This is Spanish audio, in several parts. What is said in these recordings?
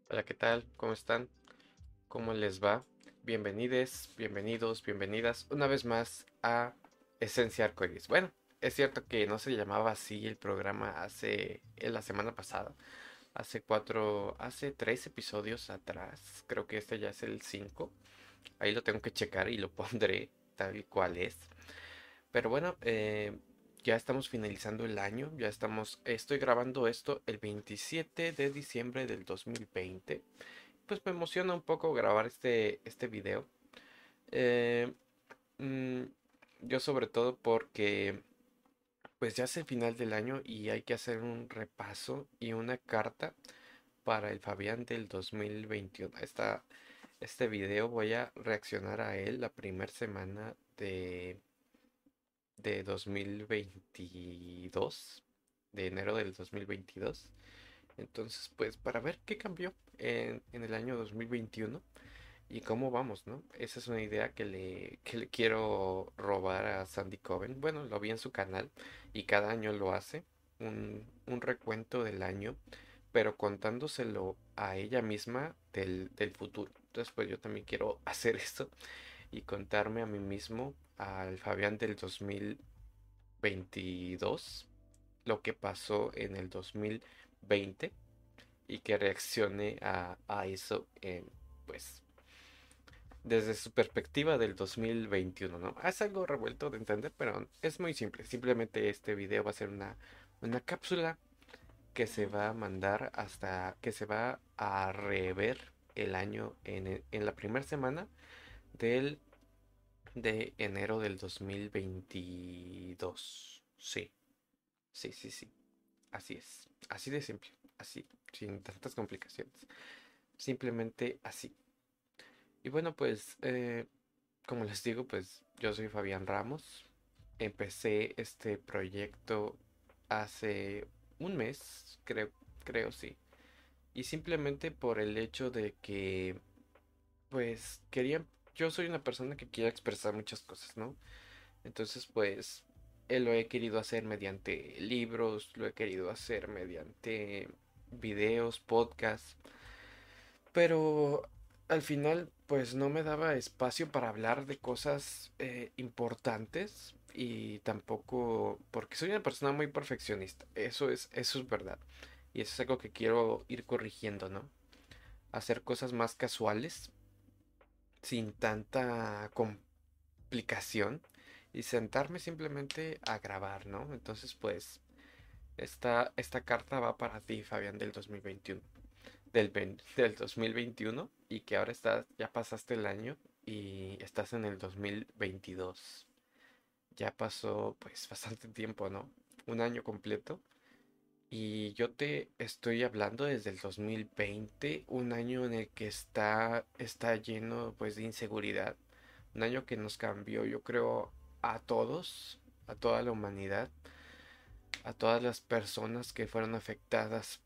Hola, ¿qué tal? ¿Cómo están? ¿Cómo les va? Bienvenides, bienvenidos, bienvenidas una vez más a Esencia Arcoiris. Bueno, es cierto que no se llamaba así el programa en la semana pasada, hace 3 episodios atrás, creo que este ya es el 5. Ahí lo tengo que checar y lo pondré tal y cual es. Pero bueno, ya estamos finalizando el año, estoy grabando esto el 27 de diciembre del 2020. Pues me emociona un poco grabar este video. Eh, mm, yo sobre todo porque pues ya es el final del año y hay que hacer un repaso y una carta para el Fabián del 2021. Este video voy a reaccionar a él la primera semana de 2022, de enero del 2022. Entonces, pues para ver qué cambió en el año 2021 y cómo vamos, ¿no? Esa es una idea que le quiero robar a Sandy Coven. Bueno, lo vi en su canal y cada año lo hace, un recuento del año, pero contándoselo a ella misma del futuro. Entonces, pues yo también quiero hacer eso y contarme a mí mismo, al Fabián del 2022, lo que pasó en el 2020 y que reaccione a eso pues desde su perspectiva del 2021, ¿no? Es algo revuelto de entender, pero es muy simple. Simplemente este video va a ser una cápsula que se va a mandar hasta que se va a rever el año en la primera semana del, de enero del 2022. Sí, sí, sí, sí. Así es. Así de simple. Así, sin tantas complicaciones. Simplemente así. Y bueno, pues como les digo, pues yo soy Fabián Ramos. Empecé este proyecto hace un mes, creo sí. Y simplemente por el hecho de que, pues yo soy una persona que quiere expresar muchas cosas, ¿no? Entonces, pues, lo he querido hacer mediante libros, lo he querido hacer mediante videos, podcasts. Pero al final, pues no me daba espacio para hablar de cosas importantes y tampoco, porque soy una persona muy perfeccionista. Eso es verdad. Y eso es algo que quiero ir corrigiendo, ¿no? Hacer cosas más casuales, sin tanta complicación y sentarme simplemente a grabar, ¿no? Entonces, pues, esta carta va para ti, Fabián, del 2021. Del 2021 y que ahora ya pasaste el año y estás en el 2022. Ya pasó pues bastante tiempo, ¿no? Un año completo. Y yo te estoy hablando desde el 2020, un año en el que está lleno pues de inseguridad. Un año que nos cambió, yo creo, a todos, a toda la humanidad, a todas las personas que fueron afectadas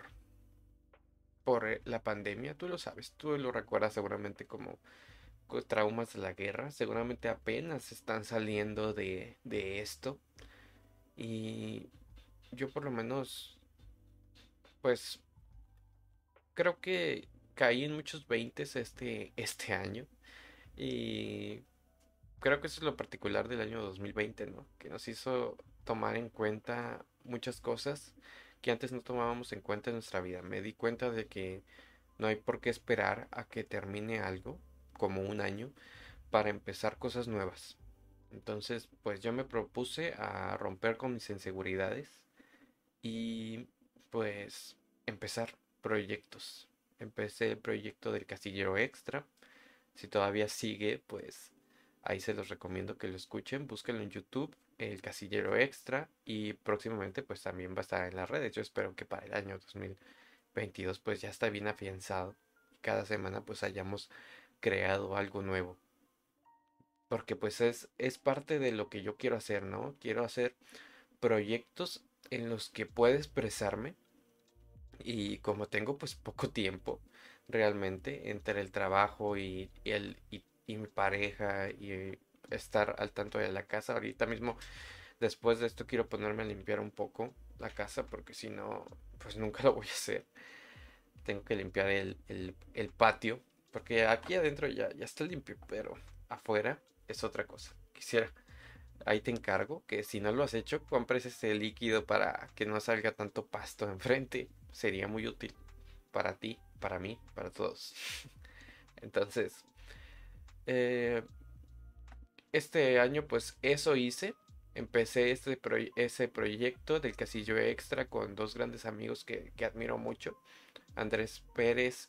por la pandemia. Tú lo sabes, tú lo recuerdas seguramente como traumas de la guerra. Seguramente apenas están saliendo de esto. Y yo por lo menos, pues creo que caí en muchos veintes este año. Y creo que eso es lo particular del año 2020, ¿no? Que nos hizo tomar en cuenta muchas cosas que antes no tomábamos en cuenta en nuestra vida. Me di cuenta de que no hay por qué esperar a que termine algo, como un año, para empezar cosas nuevas. Entonces, pues yo me propuse a romper con mis inseguridades y pues empezar proyectos. Empecé el proyecto del Casillero Extra. Si todavía sigue, pues ahí se los recomiendo que lo escuchen. Búsquenlo en YouTube, el Casillero Extra, y próximamente pues también va a estar en las redes. Yo espero que para el año 2022 pues ya está bien afianzado. Cada semana pues hayamos creado algo nuevo. Porque pues es parte de lo que yo quiero hacer, ¿no? Quiero hacer proyectos en los que pueda expresarme y como tengo pues poco tiempo realmente entre el trabajo y mi pareja y estar al tanto de la casa, ahorita mismo después de esto quiero ponerme a limpiar un poco la casa porque si no pues nunca lo voy a hacer. Tengo que limpiar el patio, porque aquí adentro ya está limpio, pero afuera es otra cosa. Quisiera, ahí te encargo que si no lo has hecho, compres ese líquido para que no salga tanto pasto enfrente. Sería muy útil para ti, para mí, para todos. Entonces, eh, este año pues eso hice. Empecé ese proyecto del casillo extra con dos grandes amigos que admiro mucho, Andrés Pérez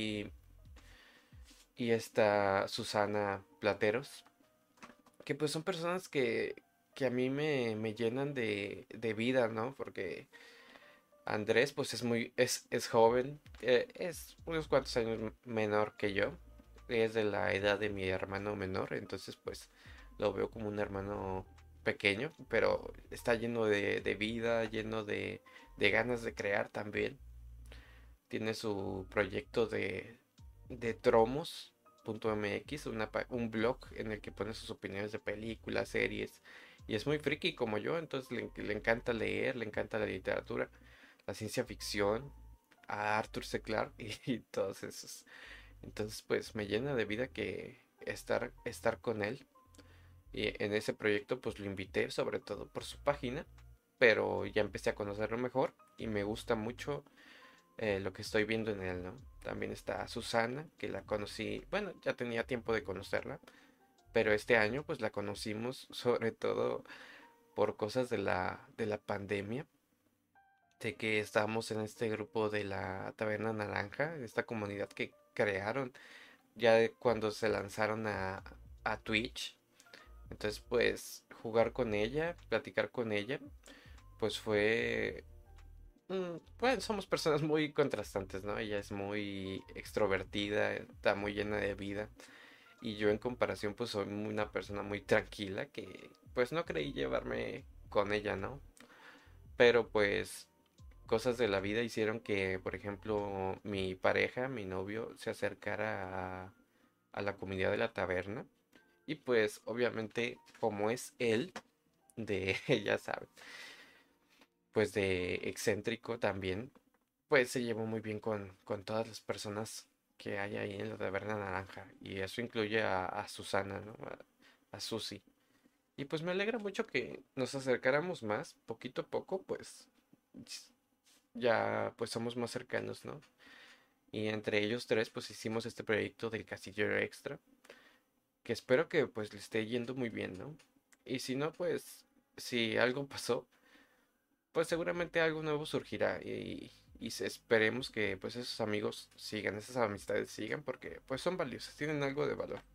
y esta Susana Plateros, que pues son personas que a mí me llenan de vida, ¿no? Porque Andrés pues es joven, es unos cuantos años menor que yo, es de la edad de mi hermano menor, entonces pues lo veo como un hermano pequeño, pero está lleno de vida, lleno de ganas de crear también. Tiene su proyecto de tromos.mx, un blog en el que pone sus opiniones de películas, series, y es muy friki como yo, entonces le encanta leer, le encanta la literatura, la ciencia ficción, a Arthur C. Clarke y todos esos. Entonces, pues me llena de vida que estar con él. Y en ese proyecto, pues lo invité, sobre todo por su página, pero ya empecé a conocerlo mejor y me gusta mucho lo que estoy viendo en él, ¿no? También está Susana, que la conocí, bueno, ya tenía tiempo de conocerla, pero este año pues la conocimos sobre todo por cosas de la pandemia, de que estábamos en este grupo de la Taberna Naranja, esta comunidad que crearon ya cuando se lanzaron a Twitch. Entonces pues jugar con ella, platicar con ella, pues fue bueno, somos personas muy contrastantes, ¿no? Ella es muy extrovertida, está muy llena de vida. Y yo en comparación, pues soy una persona muy tranquila que pues no creí llevarme con ella, ¿no? Pero pues cosas de la vida hicieron que, por ejemplo, mi pareja, mi novio, se acercara a la comunidad de la taberna. Y pues obviamente como es él, de, ya sabes, pues de excéntrico también, pues se llevó muy bien con todas las personas que hay ahí en la Taberna Naranja. Y eso incluye a Susana, ¿no? A Susi. Y pues me alegra mucho que nos acercáramos más, poquito a poco, pues ya pues somos más cercanos, ¿no? Y entre ellos tres pues hicimos este proyecto del Casillero Extra, que espero que pues le esté yendo muy bien, ¿no? Y si no, pues si algo pasó, pues seguramente algo nuevo surgirá esperemos que pues esos amigos sigan, esas amistades sigan porque pues son valiosas, tienen algo de valor.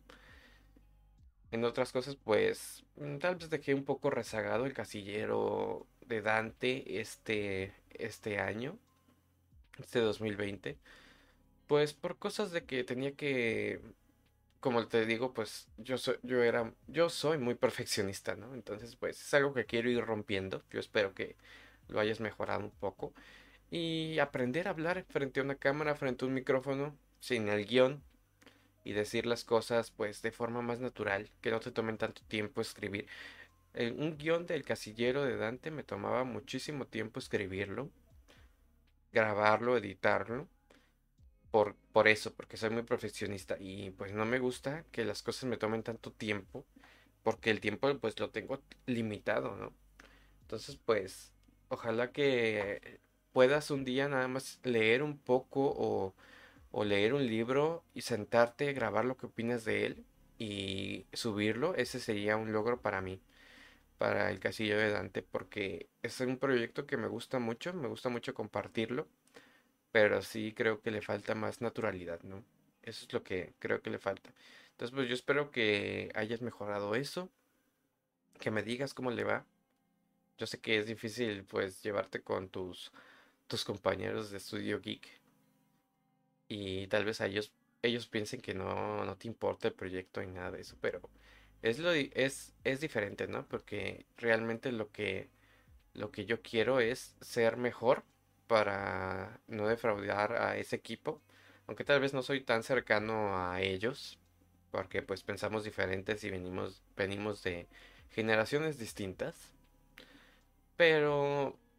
En otras cosas pues tal vez dejé un poco rezagado el casillero de Dante este año, este 2020, pues por cosas de que tenía que, como te digo, pues yo soy muy perfeccionista, ¿no? Entonces pues es algo que quiero ir rompiendo, yo espero que lo hayas mejorado un poco. Y aprender a hablar frente a una cámara, frente a un micrófono, sin el guión y decir las cosas pues de forma más natural, que no te tomen tanto tiempo escribir. Un guión del Casillero de Dante me tomaba muchísimo tiempo escribirlo, grabarlo, editarlo, por eso, porque soy muy profesionista y pues no me gusta que las cosas me tomen tanto tiempo, porque el tiempo pues lo tengo limitado, ¿no? Entonces, pues, ojalá que puedas un día nada más leer un poco o leer un libro y sentarte, grabar lo que opinas de él y subirlo. Ese sería un logro para mí, para el Castillo de Dante, porque es un proyecto que me gusta mucho compartirlo, pero sí creo que le falta más naturalidad, ¿no? Eso es lo que creo que le falta. Entonces, pues yo espero que hayas mejorado eso, que me digas cómo le va. Yo sé que es difícil pues llevarte con tus compañeros de estudio geek y tal vez a ellos piensen que no te importa el proyecto ni nada de eso, pero es diferente, ¿no? Porque realmente lo que yo quiero es ser mejor para no defraudar a ese equipo, aunque tal vez no soy tan cercano a ellos, porque pues pensamos diferentes y venimos de generaciones distintas. Pero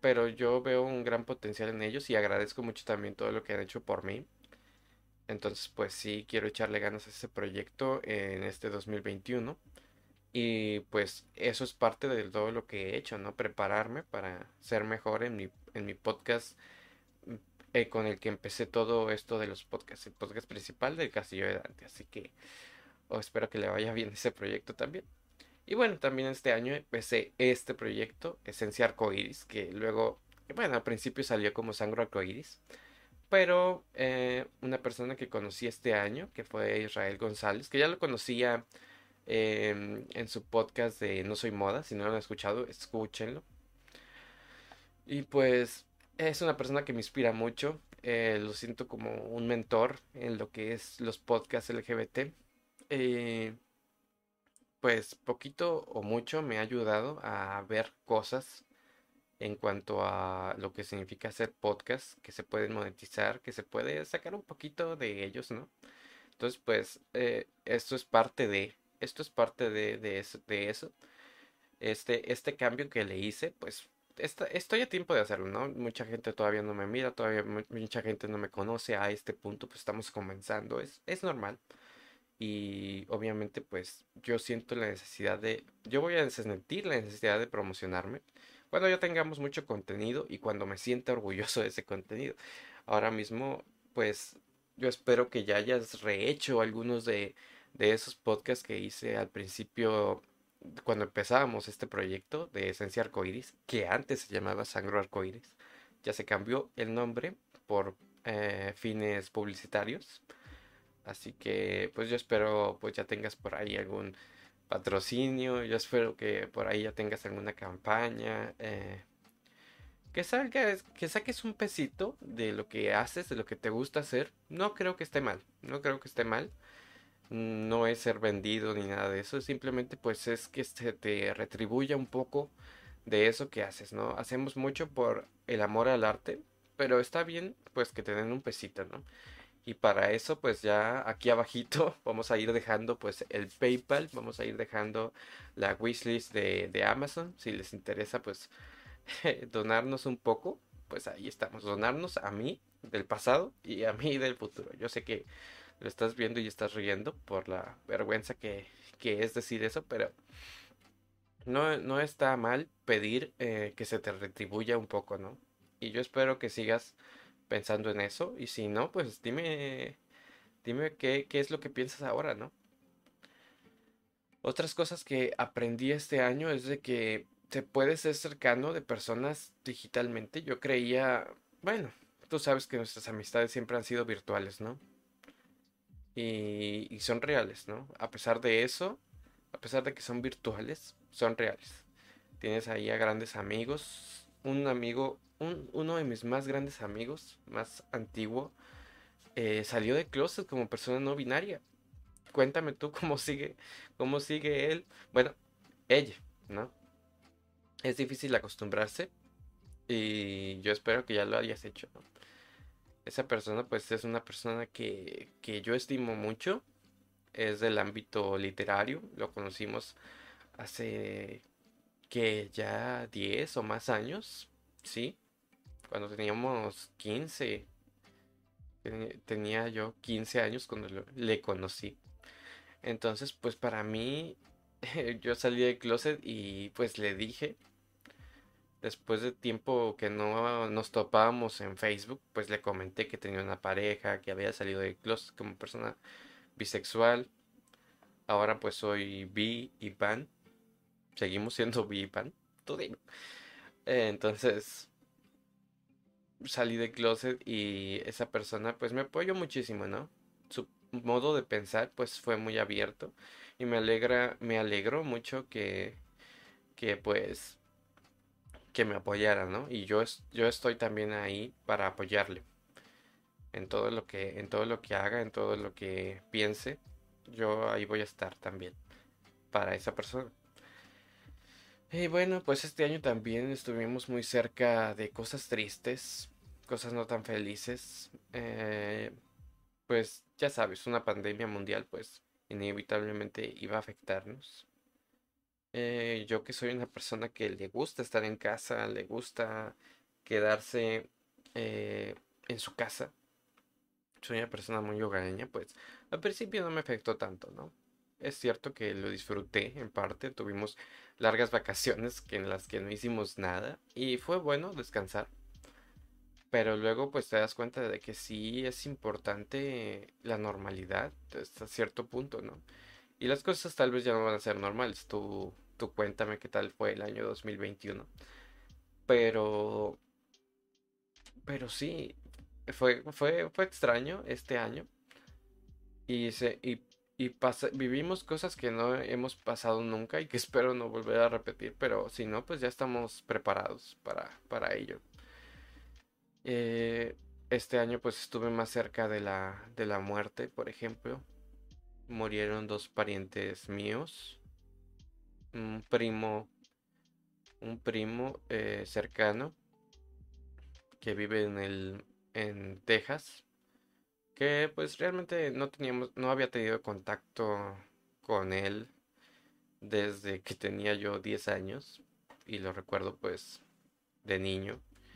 pero yo veo un gran potencial en ellos y agradezco mucho también todo lo que han hecho por mí. Entonces, pues sí, quiero echarle ganas a ese proyecto en este 2021. Y pues eso es parte de todo lo que he hecho, ¿no? Prepararme para ser mejor en mi podcast mm, con el que empecé todo esto de los podcasts, el podcast principal del Castillo de Dante. Así que espero que le vaya bien ese proyecto también. Y bueno, también este año empecé este proyecto, Esencia Arcoiris, que luego, bueno, al principio salió como Sangro Arcoiris, pero una persona que conocí este año, que fue Israel González, que ya lo conocía en su podcast de No Soy Moda, si no lo han escuchado, escúchenlo. Y pues es una persona que me inspira mucho, lo siento como un mentor en lo que es los podcasts LGBT. Eh, pues poquito o mucho me ha ayudado a ver cosas en cuanto a lo que significa hacer podcast, que se pueden monetizar, que se puede sacar un poquito de ellos, ¿no? Entonces, pues, esto es parte de eso. Este cambio que le hice, pues, estoy a tiempo de hacerlo, ¿no? Mucha gente todavía no me mira, todavía mucha gente no me conoce a este punto, pues estamos comenzando, es normal. Y obviamente, pues, yo siento la necesidad yo voy a sentir la necesidad de promocionarme cuando ya tengamos mucho contenido y cuando me sienta orgulloso de ese contenido. Ahora mismo, pues yo espero que ya hayas rehecho algunos de esos podcasts que hice al principio cuando empezábamos este proyecto de Esencia Arcoiris, que antes se llamaba Sangro Arcoiris. Ya se cambió el nombre por fines publicitarios. Así que pues yo espero pues ya tengas por ahí algún patrocinio, yo espero que por ahí ya tengas alguna campaña, que saques un pesito de lo que haces, de lo que te gusta hacer. No creo que esté mal, no creo que esté mal. No es ser vendido ni nada de eso, simplemente pues es que se te retribuya un poco de eso que haces, ¿no? Hacemos mucho por el amor al arte, pero está bien pues que te den un pesito, ¿no? Y para eso, pues ya aquí abajito vamos a ir dejando pues el PayPal, vamos a ir dejando la wishlist de Amazon. Si les interesa pues donarnos un poco, pues ahí estamos. Donarnos a mí del pasado y a mí del futuro. Yo sé que lo estás viendo y estás riendo por la vergüenza que es decir eso, pero no está mal pedir que se te retribuya un poco, ¿no? Y yo espero que sigas pensando en eso. Y si no, pues dime qué es lo que piensas ahora, ¿no? Otras cosas que aprendí este año es de que te puedes ser cercano de personas digitalmente. Yo creía, bueno, tú sabes que nuestras amistades siempre han sido virtuales, ¿no? Y son reales, ¿no? A pesar de eso, a pesar de que son virtuales, son reales. Tienes ahí a grandes amigos. Un amigo, uno de mis más grandes amigos, más antiguo, salió de closet como persona no binaria. Cuéntame tú cómo sigue él. Bueno, ella, ¿no? Es difícil acostumbrarse y yo espero que ya lo hayas hecho, ¿no? Esa persona, pues, es una persona que yo estimo mucho. Es del ámbito literario. Lo conocimos hace que ya 10 o más años, ¿sí? Cuando teníamos 15. Tenía yo 15 años cuando le conocí. Entonces, pues para mí, yo salí del closet y pues le dije, después de tiempo que no nos topábamos en Facebook, pues le comenté que tenía una pareja, que había salido del closet como persona bisexual. Ahora pues soy bi y pan. Seguimos siendo bi y pan. Tú dime. Entonces salí del closet y esa persona pues me apoyó muchísimo, ¿no? Su modo de pensar pues fue muy abierto y me alegró mucho que pues que me apoyara, ¿no? Y yo estoy también ahí para apoyarle en todo lo que haga, en todo lo que piense, yo ahí voy a estar también para esa persona. Y bueno, pues este año también estuvimos muy cerca de cosas tristes, cosas no tan felices. Pues ya sabes, una pandemia mundial pues inevitablemente iba a afectarnos. Yo que soy una persona que le gusta estar en casa, le gusta quedarse en su casa, soy una persona muy hogareña, pues al principio no me afectó tanto, ¿no? Es cierto que lo disfruté en parte, tuvimos largas vacaciones en las que no hicimos nada y fue bueno descansar, pero luego pues te das cuenta de que sí es importante la normalidad hasta cierto punto, ¿no? Y las cosas tal vez ya no van a ser normales. Tú cuéntame qué tal fue el año 2021. Pero, pero sí, fue extraño este año. Y, se, y vivimos cosas que no hemos pasado nunca y que espero no volver a repetir. Pero si no, pues ya estamos preparados para ello. Eh, este año pues estuve más cerca de la muerte, por ejemplo. Murieron dos parientes míos. Un primo un primo cercano que vive en Texas, que pues realmente no había tenido contacto con él desde que tenía yo 10 años y lo recuerdo pues de niño.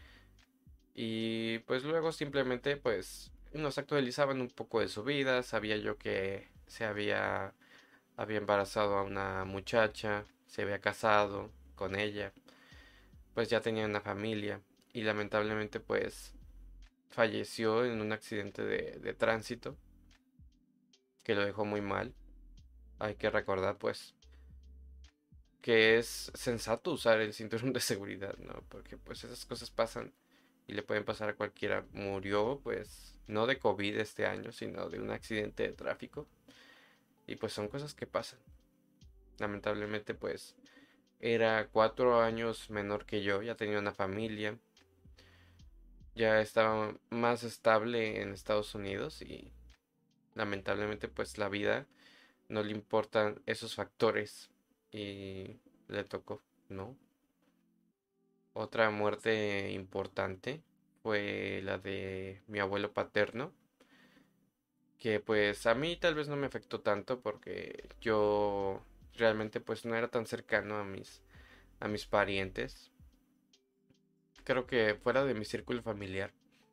Y pues luego simplemente pues nos actualizaban un poco de su vida, sabía yo que había embarazado a una muchacha, se había casado con ella, pues ya tenía una familia y lamentablemente pues falleció en un accidente de tránsito que lo dejó muy mal. Hay que recordar pues que es sensato usar el cinturón de seguridad, ¿no? Porque pues esas cosas pasan y le pueden pasar a cualquiera. Murió pues no de COVID este año, sino de un accidente de tráfico. Y pues son cosas que pasan. Lamentablemente pues era 4 años menor que yo, ya tenía una familia, ya estaba más estable en Estados Unidos y lamentablemente pues la vida no le importan esos factores y le tocó, ¿no? Otra muerte importante fue la de mi abuelo paterno, que pues a mí tal vez no me afectó tanto porque yo realmente pues no era tan cercano a mis parientes. Creo que fuera de mi círculo familiar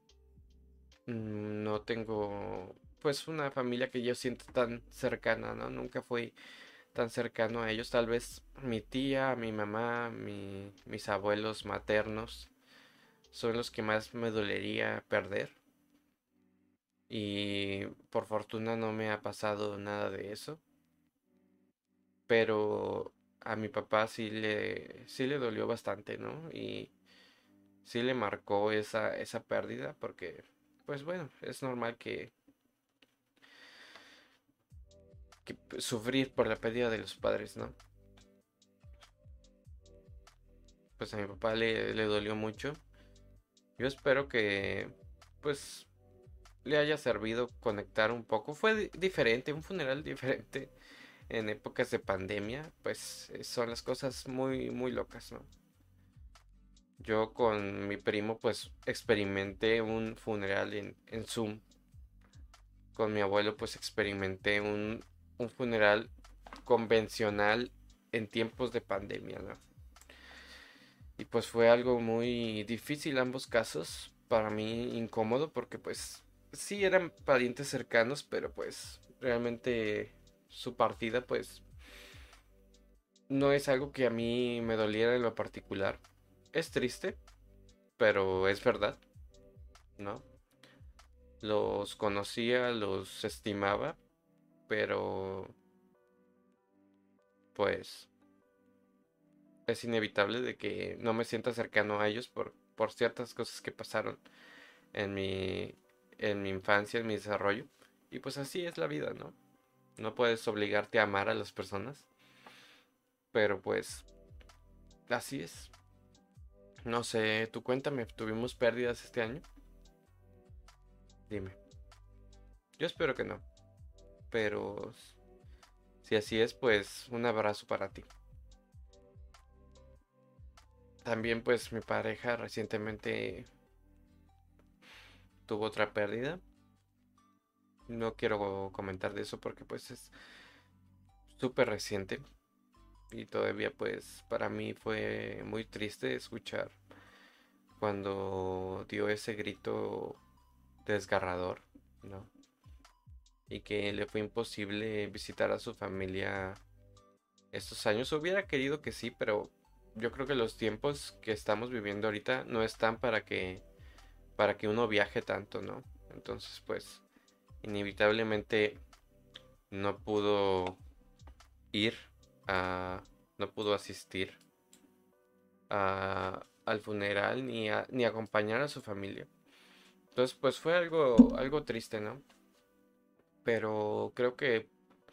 no tengo pues una familia que yo siento tan cercana, ¿no? Nunca fui tan cercano a ellos. Tal vez mi tía, mi mamá, mis abuelos maternos son los que más me dolería perder. Y por fortuna no me ha pasado nada de eso. Pero a mi papá sí le dolió bastante, ¿no? Y sí le marcó esa pérdida porque, pues bueno, es normal que sufrir por la pérdida de los padres, ¿no? Pues a mi papá le dolió mucho. Yo espero que, pues, le haya servido conectar un poco. Fue diferente, un funeral diferente en épocas de pandemia, pues son las cosas muy, muy locas, ¿no? Yo con mi primo, pues, experimenté un funeral en Zoom. Con mi abuelo, pues, experimenté un funeral convencional en tiempos de pandemia, ¿no? Y pues fue algo muy difícil ambos casos, para mí incómodo porque pues sí eran parientes cercanos, pero pues realmente su partida pues no es algo que a mí me doliera en lo particular. Es triste, pero es verdad, ¿no? Los conocía, los estimaba, pero pues es inevitable de que no me sienta cercano a ellos por ciertas cosas que pasaron en en mi infancia, en mi desarrollo. Y pues así es la vida, ¿no? No puedes obligarte a amar a las personas, pero pues así es. No sé, tú cuéntame, ¿tuvimos pérdidas este año? Dime. Yo espero que no, pero si así es, pues un abrazo para ti. También pues mi pareja recientemente tuvo otra pérdida. No quiero comentar de eso porque pues es súper reciente. y todavía pues para mí fue muy triste escuchar cuando dio ese grito desgarrador, ¿no? Y que le fue imposible visitar a su familia estos años. Hubiera querido que sí, pero yo creo que los tiempos que estamos viviendo ahorita no están para que uno viaje tanto, ¿no? Entonces, pues, inevitablemente no pudo ir a, no pudo asistir al funeral ni acompañar a su familia. Entonces, pues fue algo triste, ¿no? Pero creo que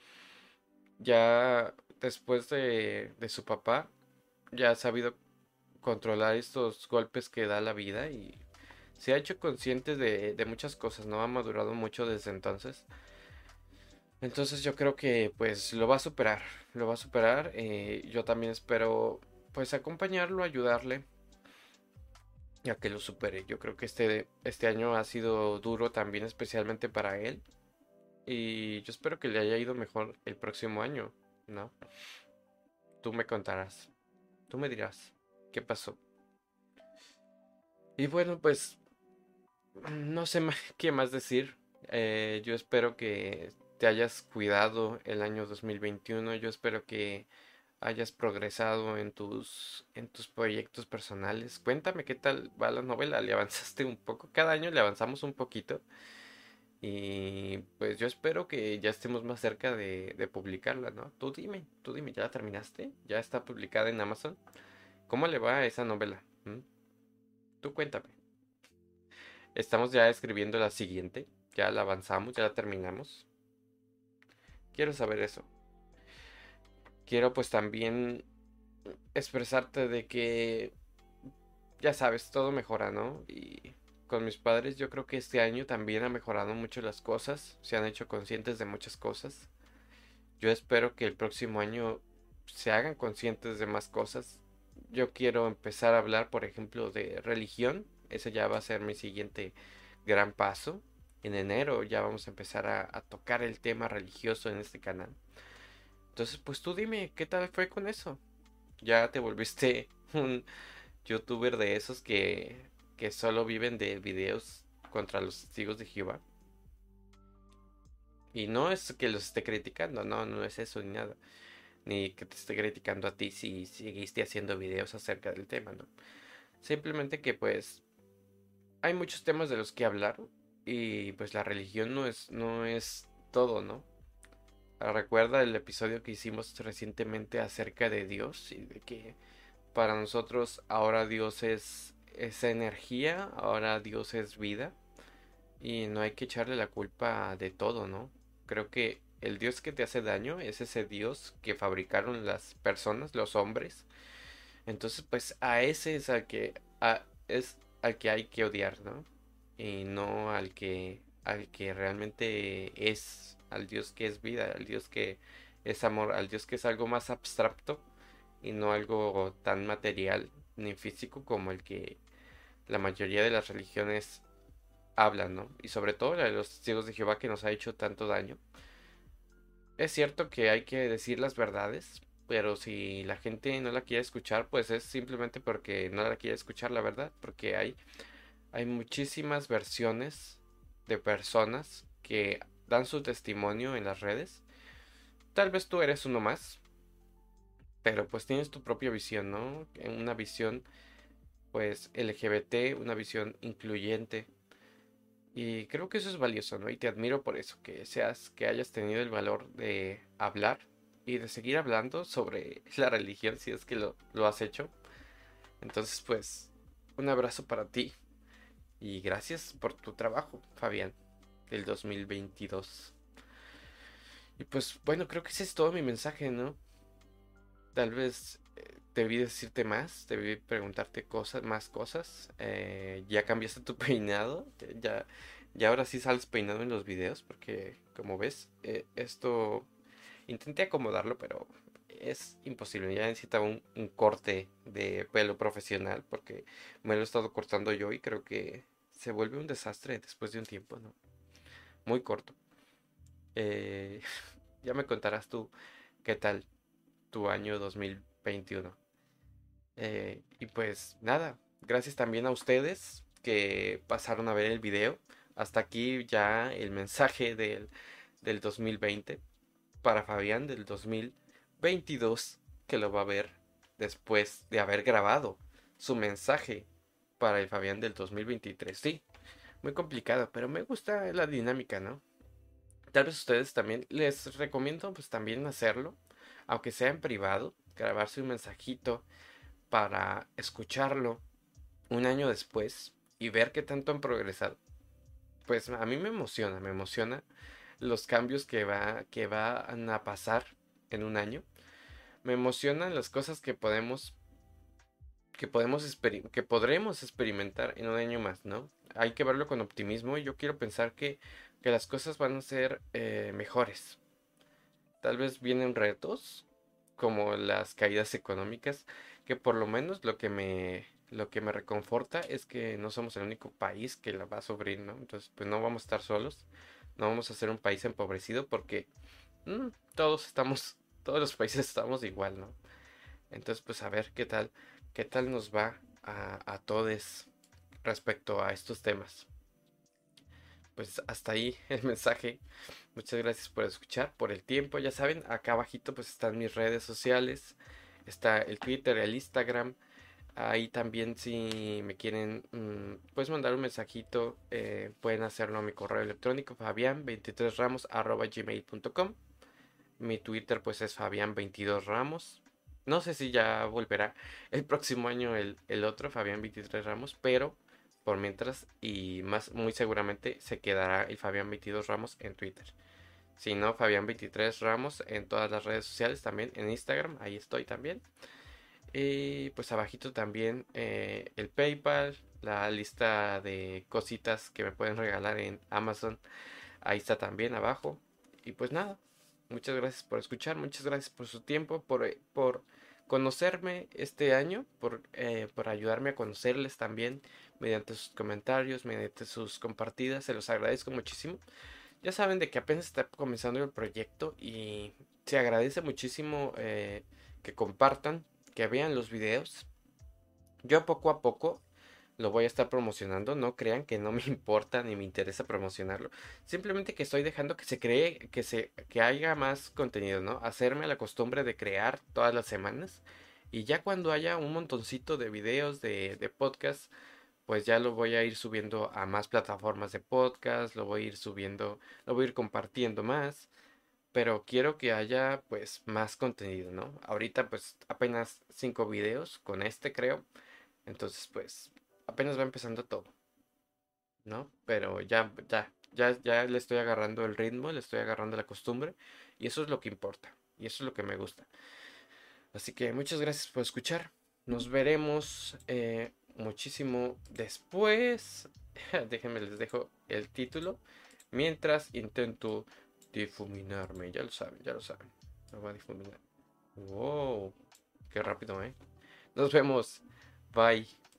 ya después de su papá, ya ha sabido controlar estos golpes que da la vida y se ha hecho consciente de muchas cosas, ¿no? Ha madurado mucho desde entonces. Entonces yo creo que pues lo va a superar, lo va a superar. Yo también espero pues acompañarlo, ayudarle a que lo supere. Yo creo que este año ha sido duro también especialmente para él y yo espero que le haya ido mejor el próximo año, ¿no? Tú me contarás, tú me dirás qué pasó. Y bueno, pues no sé qué más decir. Yo espero que te hayas cuidado el año 2021. Yo espero que hayas progresado en tus proyectos personales. Cuéntame qué tal va la novela. ¿Le avanzaste un poco? Cada año le avanzamos un poquito. Y pues yo espero que ya estemos más cerca de publicarla, ¿no? Tú dime, ¿ya la terminaste? ¿Ya está publicada en Amazon? ¿Cómo le va a esa novela? ¿Mm? Tú cuéntame. Estamos ya escribiendo la siguiente. Ya la avanzamos, ya la terminamos. Quiero saber eso. Quiero pues también expresarte de que, ya sabes, todo mejora, ¿no? Y con mis padres yo creo que este año también ha mejorado mucho las cosas. Se han hecho conscientes de muchas cosas. Yo espero que el próximo año se hagan conscientes de más cosas. Yo quiero empezar a hablar, por ejemplo, de religión. Ese ya va a ser mi siguiente gran paso. En enero ya vamos a empezar a tocar el tema religioso en este canal. Entonces, pues tú dime, ¿qué tal fue con eso? ¿Ya te volviste un youtuber de esos que solo viven de videos contra los testigos de Jehová? Y no es que los esté criticando, no, no es eso ni nada. Ni que te esté criticando a ti si seguiste haciendo videos acerca del tema, ¿no? Simplemente que pues hay muchos temas de los que hablar y pues la religión no es todo, ¿no? Recuerda el episodio que hicimos recientemente acerca de Dios y de que para nosotros ahora Dios es esa energía, ahora Dios es vida y no hay que echarle la culpa de todo, ¿no? Creo que el Dios que te hace daño es ese Dios que fabricaron las personas, los hombres. Entonces, pues a ese es es al que hay que odiar, ¿no? Y no al que realmente es, al Dios que es vida, al Dios que es amor, al Dios que es algo más abstracto y no algo tan material ni físico como el que la mayoría de las religiones hablan, ¿no? Y sobre todo la de los testigos de Jehová que nos ha hecho tanto daño. Es cierto que hay que decir las verdades, pero si la gente no la quiere escuchar, pues es simplemente porque no la quiere escuchar la verdad, porque hay muchísimas versiones de personas que dan su testimonio en las redes. Tal vez tú eres uno más, pero pues tienes tu propia visión, ¿no? Una visión pues LGBT, una visión incluyente. Y creo que eso es valioso, ¿no? Y te admiro por eso, que hayas tenido el valor de hablar y de seguir hablando sobre la religión si es que lo has hecho. Entonces, pues, un abrazo para ti y gracias por tu trabajo, Fabián, del 2022. Y pues, bueno, creo que ese es todo mi mensaje, ¿no? Tal vez debí decirte más, debí preguntarte cosas, más cosas. Ya cambiaste tu peinado, ya ahora sí sales peinado en los videos, porque como ves, esto intenté acomodarlo, pero es imposible. Ya necesitaba un corte de pelo profesional, porque me lo he estado cortando yo y creo que se vuelve un desastre después de un tiempo, ¿no? Muy corto. Eh, ya me contarás tú qué tal. tu año 2021. Y pues nada, gracias también a ustedes que pasaron a ver el video. Hasta aquí ya el mensaje del 2020 para Fabián del 2022, que lo va a ver después de haber grabado su mensaje para el Fabián del 2023. Sí, muy complicado, pero me gusta la dinámica, ¿no? Tal vez ustedes también les recomiendo pues también hacerlo, aunque sea en privado, grabarse un mensajito para escucharlo un año después y ver qué tanto han progresado. Pues a mí me emociona los cambios que van a pasar en un año. Me emocionan las cosas que podremos experimentar en un año más, ¿no? Hay que verlo con optimismo y yo quiero pensar que las cosas van a ser mejores. Tal vez vienen retos como las caídas económicas, que por lo menos lo que me reconforta es que no somos el único país que la va a sufrir, ¿no? Entonces, pues no vamos a estar solos, no vamos a ser un país empobrecido porque mm, todos los países estamos igual, ¿no? Entonces, pues a ver qué tal nos va a todos respecto a estos temas. Pues hasta ahí el mensaje. Muchas gracias por escuchar, por el tiempo. Ya saben, acá abajito pues están mis redes sociales. Está el Twitter, el Instagram. Ahí también si me quieren pues mandar un mensajito, pueden hacerlo a mi correo electrónico fabian23ramos@gmail.com. Mi Twitter pues es fabian22ramos. No sé si ya volverá el próximo año el otro, Fabián23Ramos, pero por mientras y más muy seguramente se quedará el Fabián22Ramos en Twitter. Si no, Fabián23Ramos en todas las redes sociales, también en Instagram, ahí estoy también. Y pues abajito también el PayPal, la lista de cositas que me pueden regalar en Amazon, ahí está también abajo. Y pues nada, muchas gracias por escuchar, muchas gracias por su tiempo, por conocerme este año, por ayudarme a conocerles también mediante sus comentarios, mediante sus compartidas, se los agradezco muchísimo. Ya saben de que apenas está comenzando el proyecto y se agradece muchísimo que compartan, que vean los videos. Yo poco a poco lo voy a estar promocionando, no crean que no me importa ni me interesa promocionarlo. Simplemente que estoy dejando que se cree, que haya más contenido, ¿no? Hacerme la costumbre de crear todas las semanas. Y ya cuando haya un montoncito de videos de podcast, pues ya lo voy a ir subiendo a más plataformas de podcast, lo voy a ir subiendo, lo voy a ir compartiendo más. Pero quiero que haya pues más contenido, ¿no? Ahorita pues apenas 5 videos con este creo. Entonces pues apenas va empezando todo, ¿no? Pero ya le estoy agarrando el ritmo, le estoy agarrando la costumbre y eso es lo que importa y eso es lo que me gusta. Así que muchas gracias por escuchar. Nos veremos muchísimo después. Déjenme les dejo el título. Mientras intento difuminarme. Ya lo saben, ya lo saben. Me voy a difuminar. Wow, qué rápido, ¿eh? Nos vemos. Bye.